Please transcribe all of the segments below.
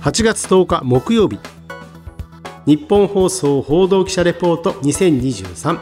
8月10日木曜日、日本放送報道記者レポート2023。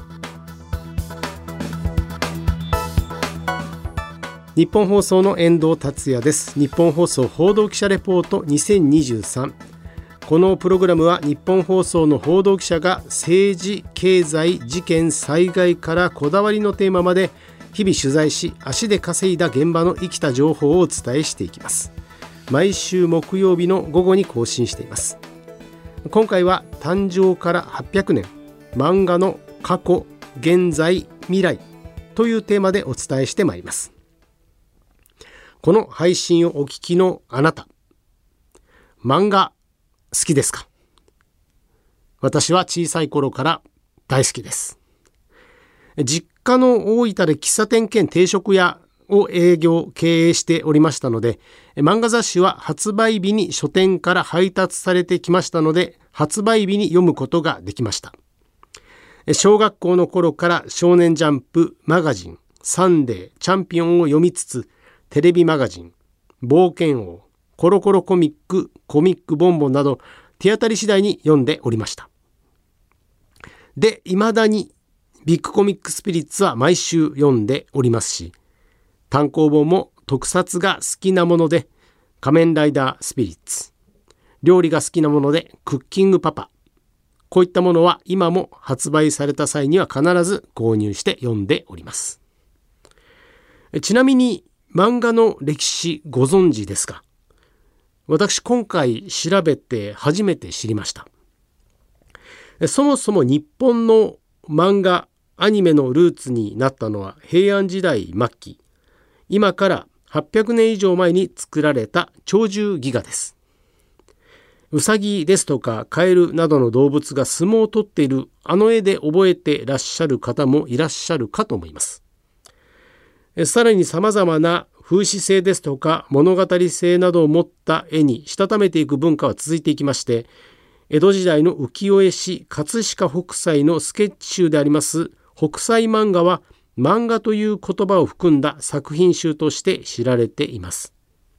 日本放送の遠藤達也です。日本放送報道記者レポート2023。このプログラムは日本放送の報道記者が政治、経済、事件、災害からこだわりのテーマまで日々取材し、足で稼いだ現場の生きた情報をお伝えしていきます。毎週木曜日の午後に更新しています。今回は誕生から800年、漫画の過去、現在、未来というテーマでお伝えしてまいります。この配信をお聞きのあなた、漫画好きですか？私は小さい頃から大好きです。実家の大分で喫茶店兼定食屋を経営しておりましたので、漫画雑誌は発売日に書店から配達されてきましたので、発売日に読むことができました。小学校の頃から少年ジャンプ、マガジン、サンデー、チャンピオンを読みつつ、テレビマガジン、冒険王、コロコロコミック、コミックボンボンなど手当たり次第に読んでおりました。で、未だにビッグコミックスピリッツは毎週読んでおりますし、単行本も特撮が好きなもので仮面ライダースピリッツ、料理が好きなものでクッキングパパ、こういったものは今も発売された際には必ず購入して読んでおります。ちなみに漫画の歴史ご存知ですか？私今回調べて初めて知りました。そもそも日本の漫画アニメのルーツになったのは平安時代末期、今から800年以上前に作られた鳥獣戯画です。ウサギですとかカエルなどの動物が相撲を取っているあの絵で覚えていらっしゃる方もいらっしゃるかと思います。さらに様々な風刺性ですとか物語性などを持った絵にしたためていく文化は続いていきまして、江戸時代の浮世絵師葛飾北斎のスケッチ集であります北斎漫画は漫画という言葉を含んだ作品集として知られています。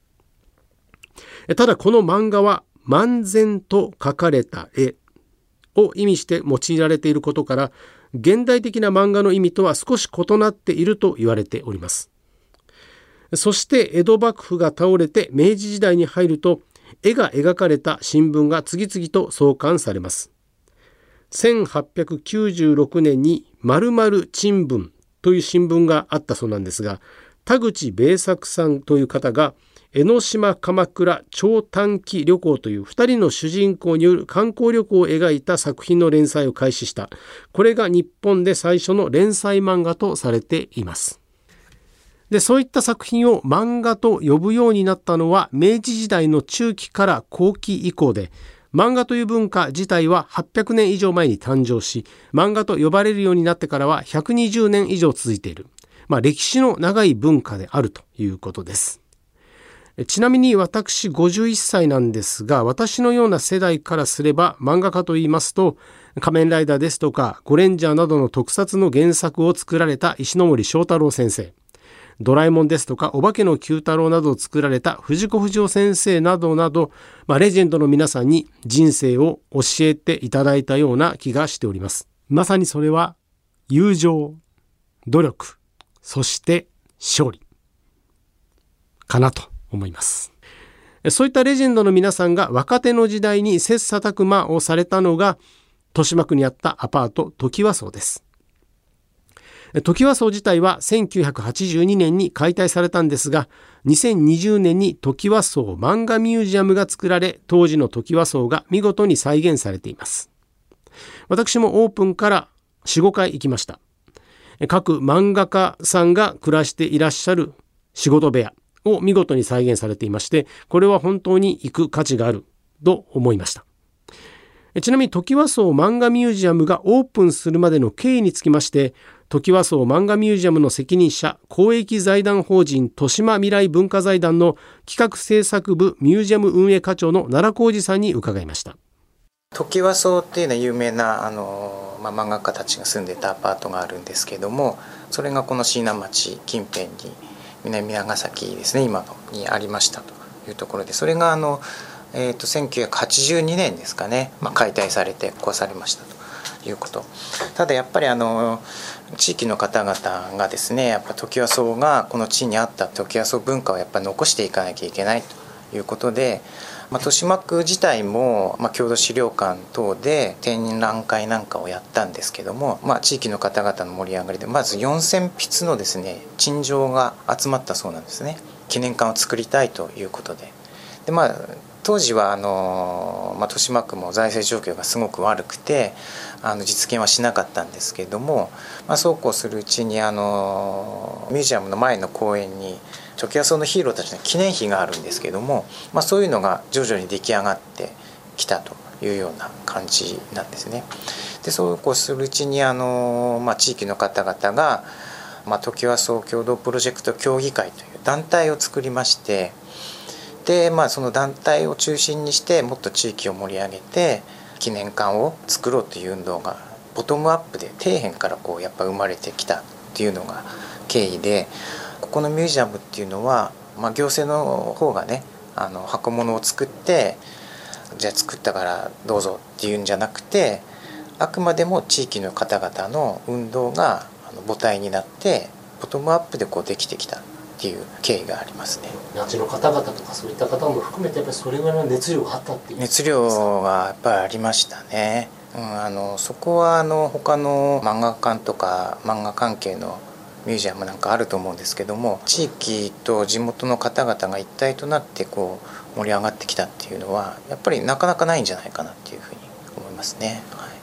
ただこの漫画は漫然と描かれた絵を意味して用いられていることから、現代的な漫画の意味とは少し異なっていると言われております。そして江戸幕府が倒れて明治時代に入ると、絵が描かれた新聞が次々と創刊されます。1896年に〇〇珍聞という新聞があったそうなんですが、田口米作さんという方が江ノ島鎌倉超短期旅行という2人の主人公による観光旅行を描いた作品の連載を開始した。これが日本で最初の連載漫画とされています。で、そういった作品を漫画と呼ぶようになったのは明治時代の中期から後期以降で、漫画という文化自体は800年以上前に誕生し、漫画と呼ばれるようになってからは120年以上続いている、歴史の長い文化であるということです。ちなみに私51歳なんですが、私のような世代からすれば漫画家といいますと、仮面ライダーですとかゴレンジャーなどの特撮の原作を作られた石ノ森章太郎先生、ドラえもんですとかお化けの九太郎などを作られた藤子不二雄先生などなど、レジェンドの皆さんに人生を教えていただいたような気がしております。まさにそれは友情、努力、そして勝利かなと思います。そういったレジェンドの皆さんが若手の時代に切磋琢磨をされたのが豊島区にあったアパートトキワ荘です。トキワ荘自体は1982年に解体されたんですが、2020年にトキワ荘漫画ミュージアムが作られ、当時のトキワ荘が見事に再現されています。私もオープンから4、5回行きました。各漫画家さんが暮らしていらっしゃる仕事部屋を見事に再現されていまして、これは本当に行く価値があると思いました。ちなみにトキワ荘漫画ミュージアムがオープンするまでの経緯につきまして、トキワ荘漫画ミュージアムの責任者、公益財団法人豊島未来文化財団の企画制作部ミュージアム運営課長の奈良浩二さんに伺いました。 トキワ荘っていうのは有名な漫画家たちが住んでたアパートがあるんですけども、それがこの椎名町近辺に南長崎ですね、今のにありましたというところで、それが 1982年ですかね、解体されて壊されましたということ。ただやっぱり地域の方々がですね、やっぱトキワ荘がこの地にあったトキワ荘文化をやっぱり残していかなきゃいけないということで、豊島区自体も、郷土資料館等で展覧会なんかをやったんですけども、地域の方々の盛り上がりでまず4000筆のですね陳情が集まったそうなんですね。記念館を作りたいということで、当時は豊島区も財政状況がすごく悪くて実現はしなかったんですけれども、そうこうするうちにミュージアムの前の公園にトキワ荘のヒーローたちの記念碑があるんですけども、そういうのが徐々に出来上がってきたというような感じなんですね。でそうこうするうちに地域の方々が、トキワ荘共同プロジェクト協議会という団体を作りまして、でその団体を中心にしてもっと地域を盛り上げて記念館を作ろうという運動がボトムアップで底辺からやっぱ生まれてきたっていうのが経緯で、ここのミュージアムっていうのは、行政の方がね箱物を作ってじゃあ作ったからどうぞっていうんじゃなくて、あくまでも地域の方々の運動が母体になってボトムアップでできてきたっていう経緯がありますね。 町の方々とかそういった方も含めてやっぱりそれぐらいの熱量があったっていう熱量がやっぱりありましたね。そこは他の漫画館とか漫画関係のミュージアムなんかあると思うんですけども、地域と地元の方々が一体となって盛り上がってきたっていうのはやっぱりなかなかないんじゃないかなっていうふうに思いますね。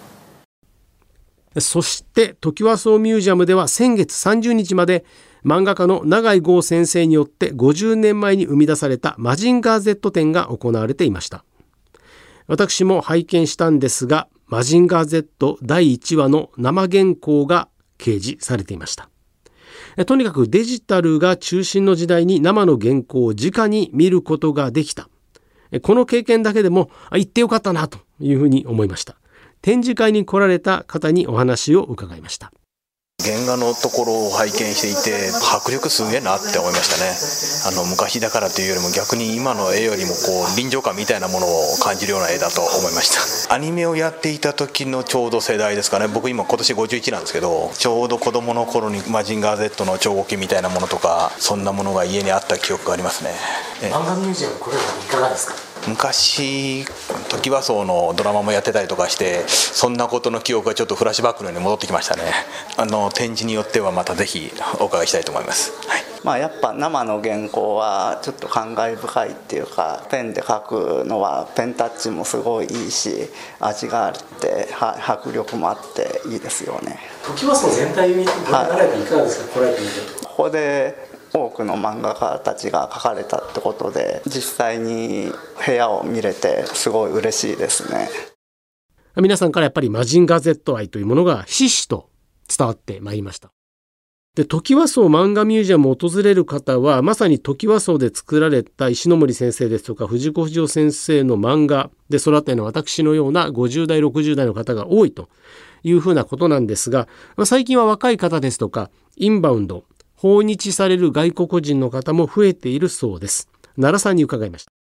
そしてトキワ荘ミュージアムでは先月30日まで漫画家の永井豪先生によって50年前に生み出されたマジンガー Z 展が行われていました。私も拝見したんですが、マジンガー Z 第1話の生原稿が掲示されていました。とにかくデジタルが中心の時代に生の原稿を直に見ることができた。この経験だけでも行ってよかったなというふうに思いました。展示会に来られた方にお話を伺いました。 原画のところを拝見していて迫力すげえなって思いましたね。昔だからというよりも逆に今の絵よりも臨場感みたいなものを感じるような絵だと思いました。アニメをやっていた時のちょうど世代ですかね。僕今年51なんですけど、ちょうど子供の頃にマジンガー Z の超合金みたいなものとかそんなものが家にあった記憶がありますね。 漫画ミュージアムこれいかがですか？ 昔トキワ荘のドラマもやってたりとかして、そんなことの記憶がちょっとフラッシュバックのように戻ってきましたね。展示によってはまたぜひお伺いしたいと思います。 やっぱ生の原稿はちょっと感慨深いっていうか、ペンで描くのはペンタッチもすごいいいし味があって迫力もあっていいですよね。 トキワ荘全体見てご覧になられていかがですか？来られてみて。 ここで多くの漫画家たちが描かれたってことで実際に部屋を見れてすごい嬉しいですね。 皆さんからやっぱりマジンガー Z 愛というものがひしひしと伝わってまいりました。で、トキワ荘漫画ミュージアムを訪れる方はまさにトキワ荘で作られた石ノ森先生ですとか藤子不二雄先生の漫画で育ったような私のような50代60代の方が多いというふうなことなんですが、最近は若い方ですとかインバウンド訪日される外国人の方も増えているそうです。奈良さんに伺いました。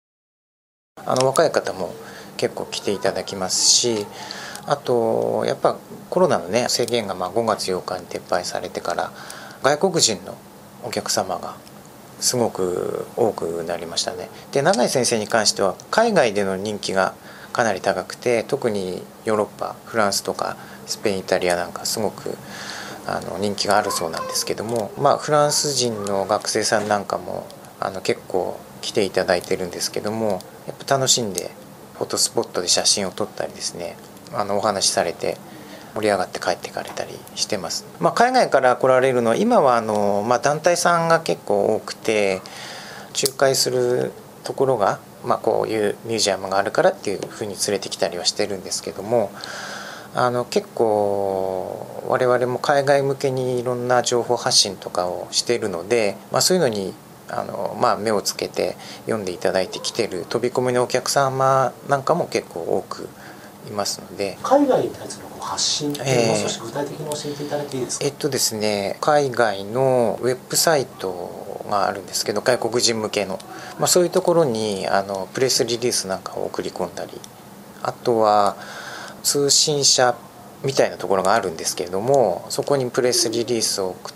若い方も結構来ていただきますし、あとやっぱコロナのね制限が5月8日に撤廃されてから外国人のお客様がすごく多くなりましたね。で、永井先生に関しては海外での人気がかなり高くて、特にヨーロッパフランスとかスペインイタリアなんかすごく人気があるそうなんですけども、フランス人の学生さんなんかも結構来ていただいてるんですけども、やっぱ楽しんでフォトスポットで写真を撮ったりですね、お話しされて盛り上がって帰っていかれたりしてます。海外から来られるのは今は団体さんが結構多くて、仲介するところが、こういうミュージアムがあるからっていうふうに連れてきたりはしてるんですけども、結構我々も海外向けにいろんな情報発信とかをしているので、そういうのに目をつけて読んでいただいてきている飛び込みのお客様なんかも結構多くいますので、 海外に対する発信というのを少し具体的に教えていただいていいですか？ ですね、海外のウェブサイトがあるんですけど、外国人向けの、そういうところにプレスリリースなんかを送り込んだり、あとは通信社みたいなところがあるんですけれども、そこにプレスリリースを送って、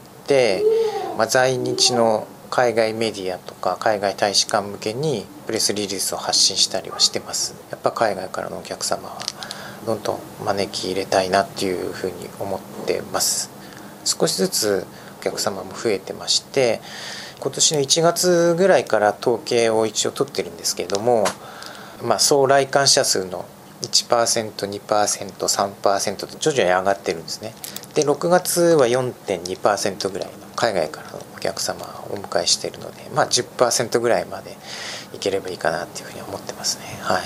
在日の海外メディアとか海外大使館向けにプレスリリースを発信したりはしてます。やっぱ海外からのお客様はどんどん招き入れたいなっていうふうに思ってます。少しずつお客様も増えてまして、今年の1月ぐらいから統計を一応取ってるんですけれども、総来館者数の 1%、2%、3% と徐々に上がってるんですね。で6月は 4.2% ぐらいの海外からのお客様をお迎えしているので、10% ぐらいまでいければいいかなっていうふうに思ってますね。はい。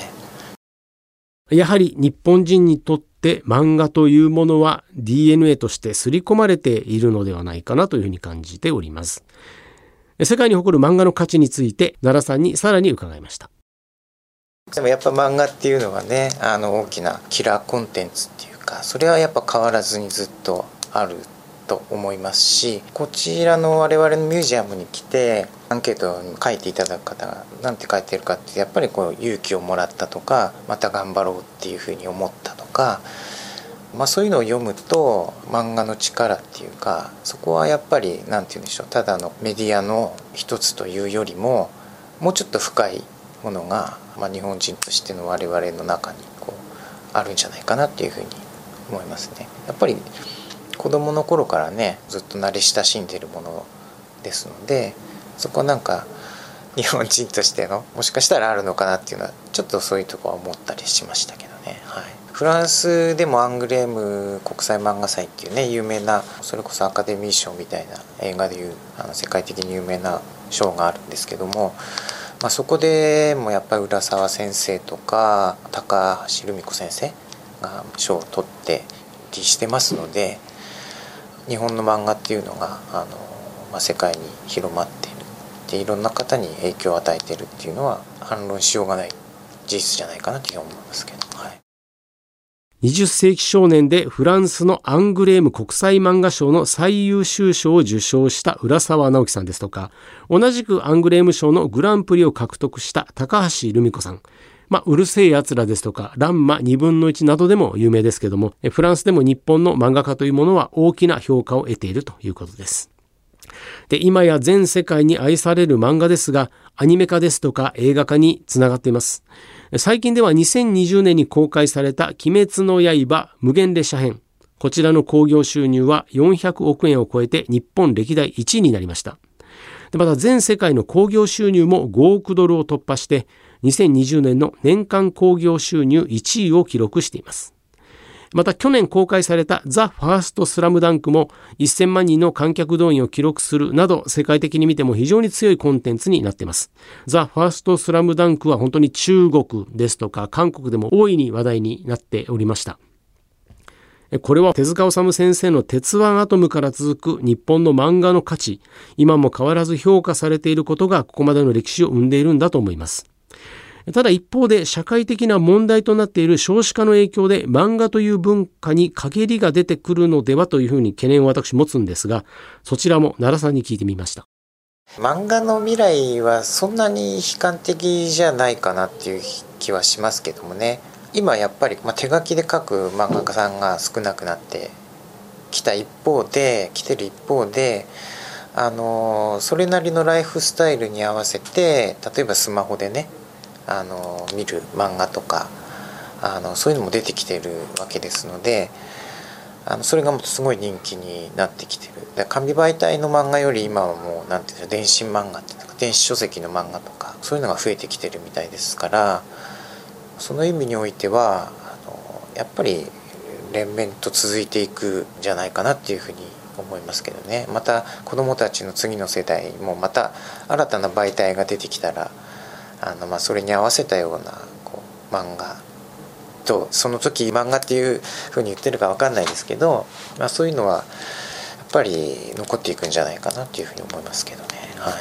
やはり日本人にとって漫画というものは DNA として刷り込まれているのではないかなというふうに感じております。世界に誇る漫画の価値について奈良さんにさらに伺いました。 でもやっぱ漫画っていうのはね、大きなキラーコンテンツっていうか、それはやっぱ変わらずにずっとあると思いますし、こちらの我々のミュージアムに来てアンケートに書いていただく方が何て書いてるかって、やっぱり勇気をもらったとか、また頑張ろうっていうふうに思ったとか、そういうのを読むと漫画の力っていうか、そこはやっぱり何て言うんでしょう、ただのメディアの一つというよりももうちょっと深いものが、日本人としての我々の中にあるんじゃないかなっていうふうに思いますね。やっぱり子どもの頃からね、ずっと慣れ親しんでいるものですので、そこはなんか日本人としてのもしかしたらあるのかなっていうのは、ちょっとそういうところは思ったりしましたけどね。はい。フランスでもアングレーム国際漫画祭っていうね、有名な、それこそアカデミー賞みたいな映画でいう世界的に有名な賞があるんですけども、そこでもやっぱり浦沢先生とか高橋留美子先生が賞を取ってりしてますので、日本の漫画っていうのが世界に広まっているで、いろんな方に影響を与えているっていうのは反論しようがない事実じゃないかなというふうに思いますけど、はい。 20世紀少年でフランスのアングレーム国際漫画賞の最優秀賞を受賞した浦沢直樹さんですとか、同じくアングレーム賞のグランプリを獲得した高橋留美子さん、うるせえやつらですとかランマ2分の1などでも有名ですけども、フランスでも日本の漫画家というものは大きな評価を得ているということです。で、今や全世界に愛される漫画ですが、アニメ化ですとか映画化につながっています。最近では2020年に公開された鬼滅の刃無限列車編、こちらの興行収入は400億円を超えて日本歴代1位になりました。で、また全世界の興行収入も5億ドルを突破して2020年の年間興行収入1位を記録しています。また去年公開されたザ・ファースト・スラムダンクも1000万人の観客動員を記録するなど、世界的に見ても非常に強いコンテンツになっています。ザ・ファースト・スラムダンクは本当に中国ですとか韓国でも大いに話題になっておりました。これは手塚治虫先生の鉄腕アトムから続く日本の漫画の価値、今も変わらず評価されていることがここまでの歴史を生んでいるんだと思います。ただ一方で社会的な問題となっている少子化の影響で漫画という文化に陰りが出てくるのではというふうに懸念を私持つんですが、そちらも奈良さんに聞いてみました。 漫画の未来はそんなに悲観的じゃないかなっていう気はしますけどもね。今やっぱり手書きで描く漫画家さんが少なくなってきてる一方で、それなりのライフスタイルに合わせて、例えばスマホでね見る漫画とかそういうのも出てきているわけですので、それがもっとすごい人気になってきている。で、紙媒体の漫画より今はもうなんていうの、電子漫画っていうか電子書籍の漫画とかそういうのが増えてきてるみたいですから、その意味においてはやっぱり連綿と続いていくんじゃないかなっていうふうに思いますけどね。また子どもたちの次の世代もまた新たな媒体が出てきたらそれに合わせたような漫画と、その時漫画っていうふうに言ってるか分かんないですけど、そういうのはやっぱり残っていくんじゃないかなっていうふうに思いますけどね。はい。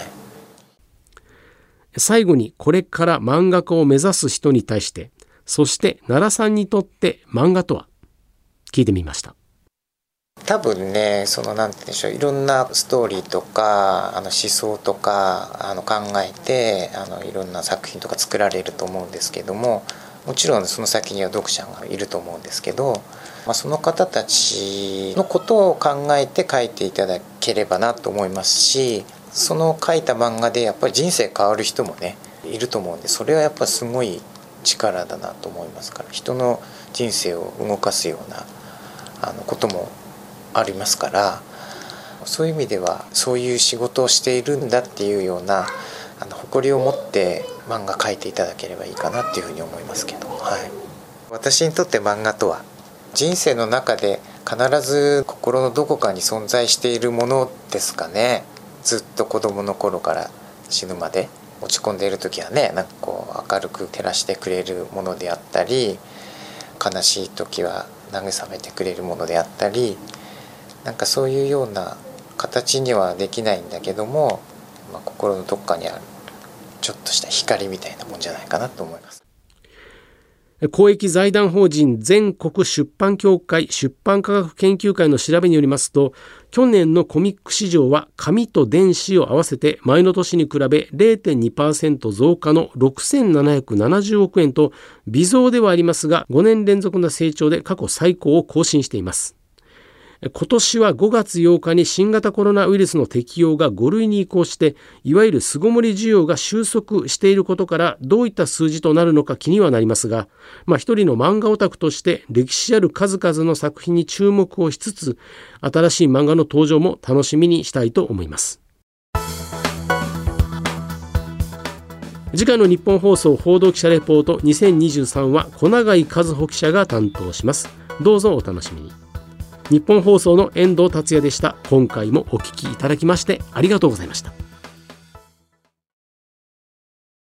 最後にこれから漫画家を目指す人に対して、そして奈良さんにとって漫画とは、聞いてみました。 多分ね、なんて言うんでしょう、いろんなストーリーとか思想とか考えていろんな作品とか作られると思うんですけども、もちろんその先には読者がいると思うんですけど、その方たちのことを考えて書いていただければなと思いますし、その書いた漫画でやっぱり人生変わる人もねいると思うんで、それはやっぱすごい力だなと思いますから、人の人生を動かすようなこともありますから、そういう意味ではそういう仕事をしているんだっていうような誇りを持って漫画描いていただければいいかなっていうふうに思いますけど、私にとって漫画とは人生の中で必ず心のどこかに存在しているものですかね。ずっと子供の頃から死ぬまで落ち込んでいる時はね、明るく照らしてくれるものであったり、悲しい時は慰めてくれるものであったり、そういうような形にはできないんだけども、心のどっかにあるちょっとした光みたいなもんじゃないかなと思います。 公益財団法人全国出版協会出版科学研究会の調べによりますと、去年のコミック市場は紙と電子を合わせて前の年に比べ 0.2% 増加の6770億円と、微増ではありますが5年連続の成長で過去最高を更新しています。今年は5月8日に新型コロナウイルスの適用が5類に移行して、いわゆる巣ごもり需要が収束していることから、どういった数字となるのか気にはなりますが、一人の漫画オタクとして歴史ある数々の作品に注目をしつつ、新しい漫画の登場も楽しみにしたいと思います。次回の日本放送報道記者レポート2023は小永井和穂記者が担当します。どうぞお楽しみに。日本放送の遠藤達也でした。今回もお聞きいただきましてありがとうございました。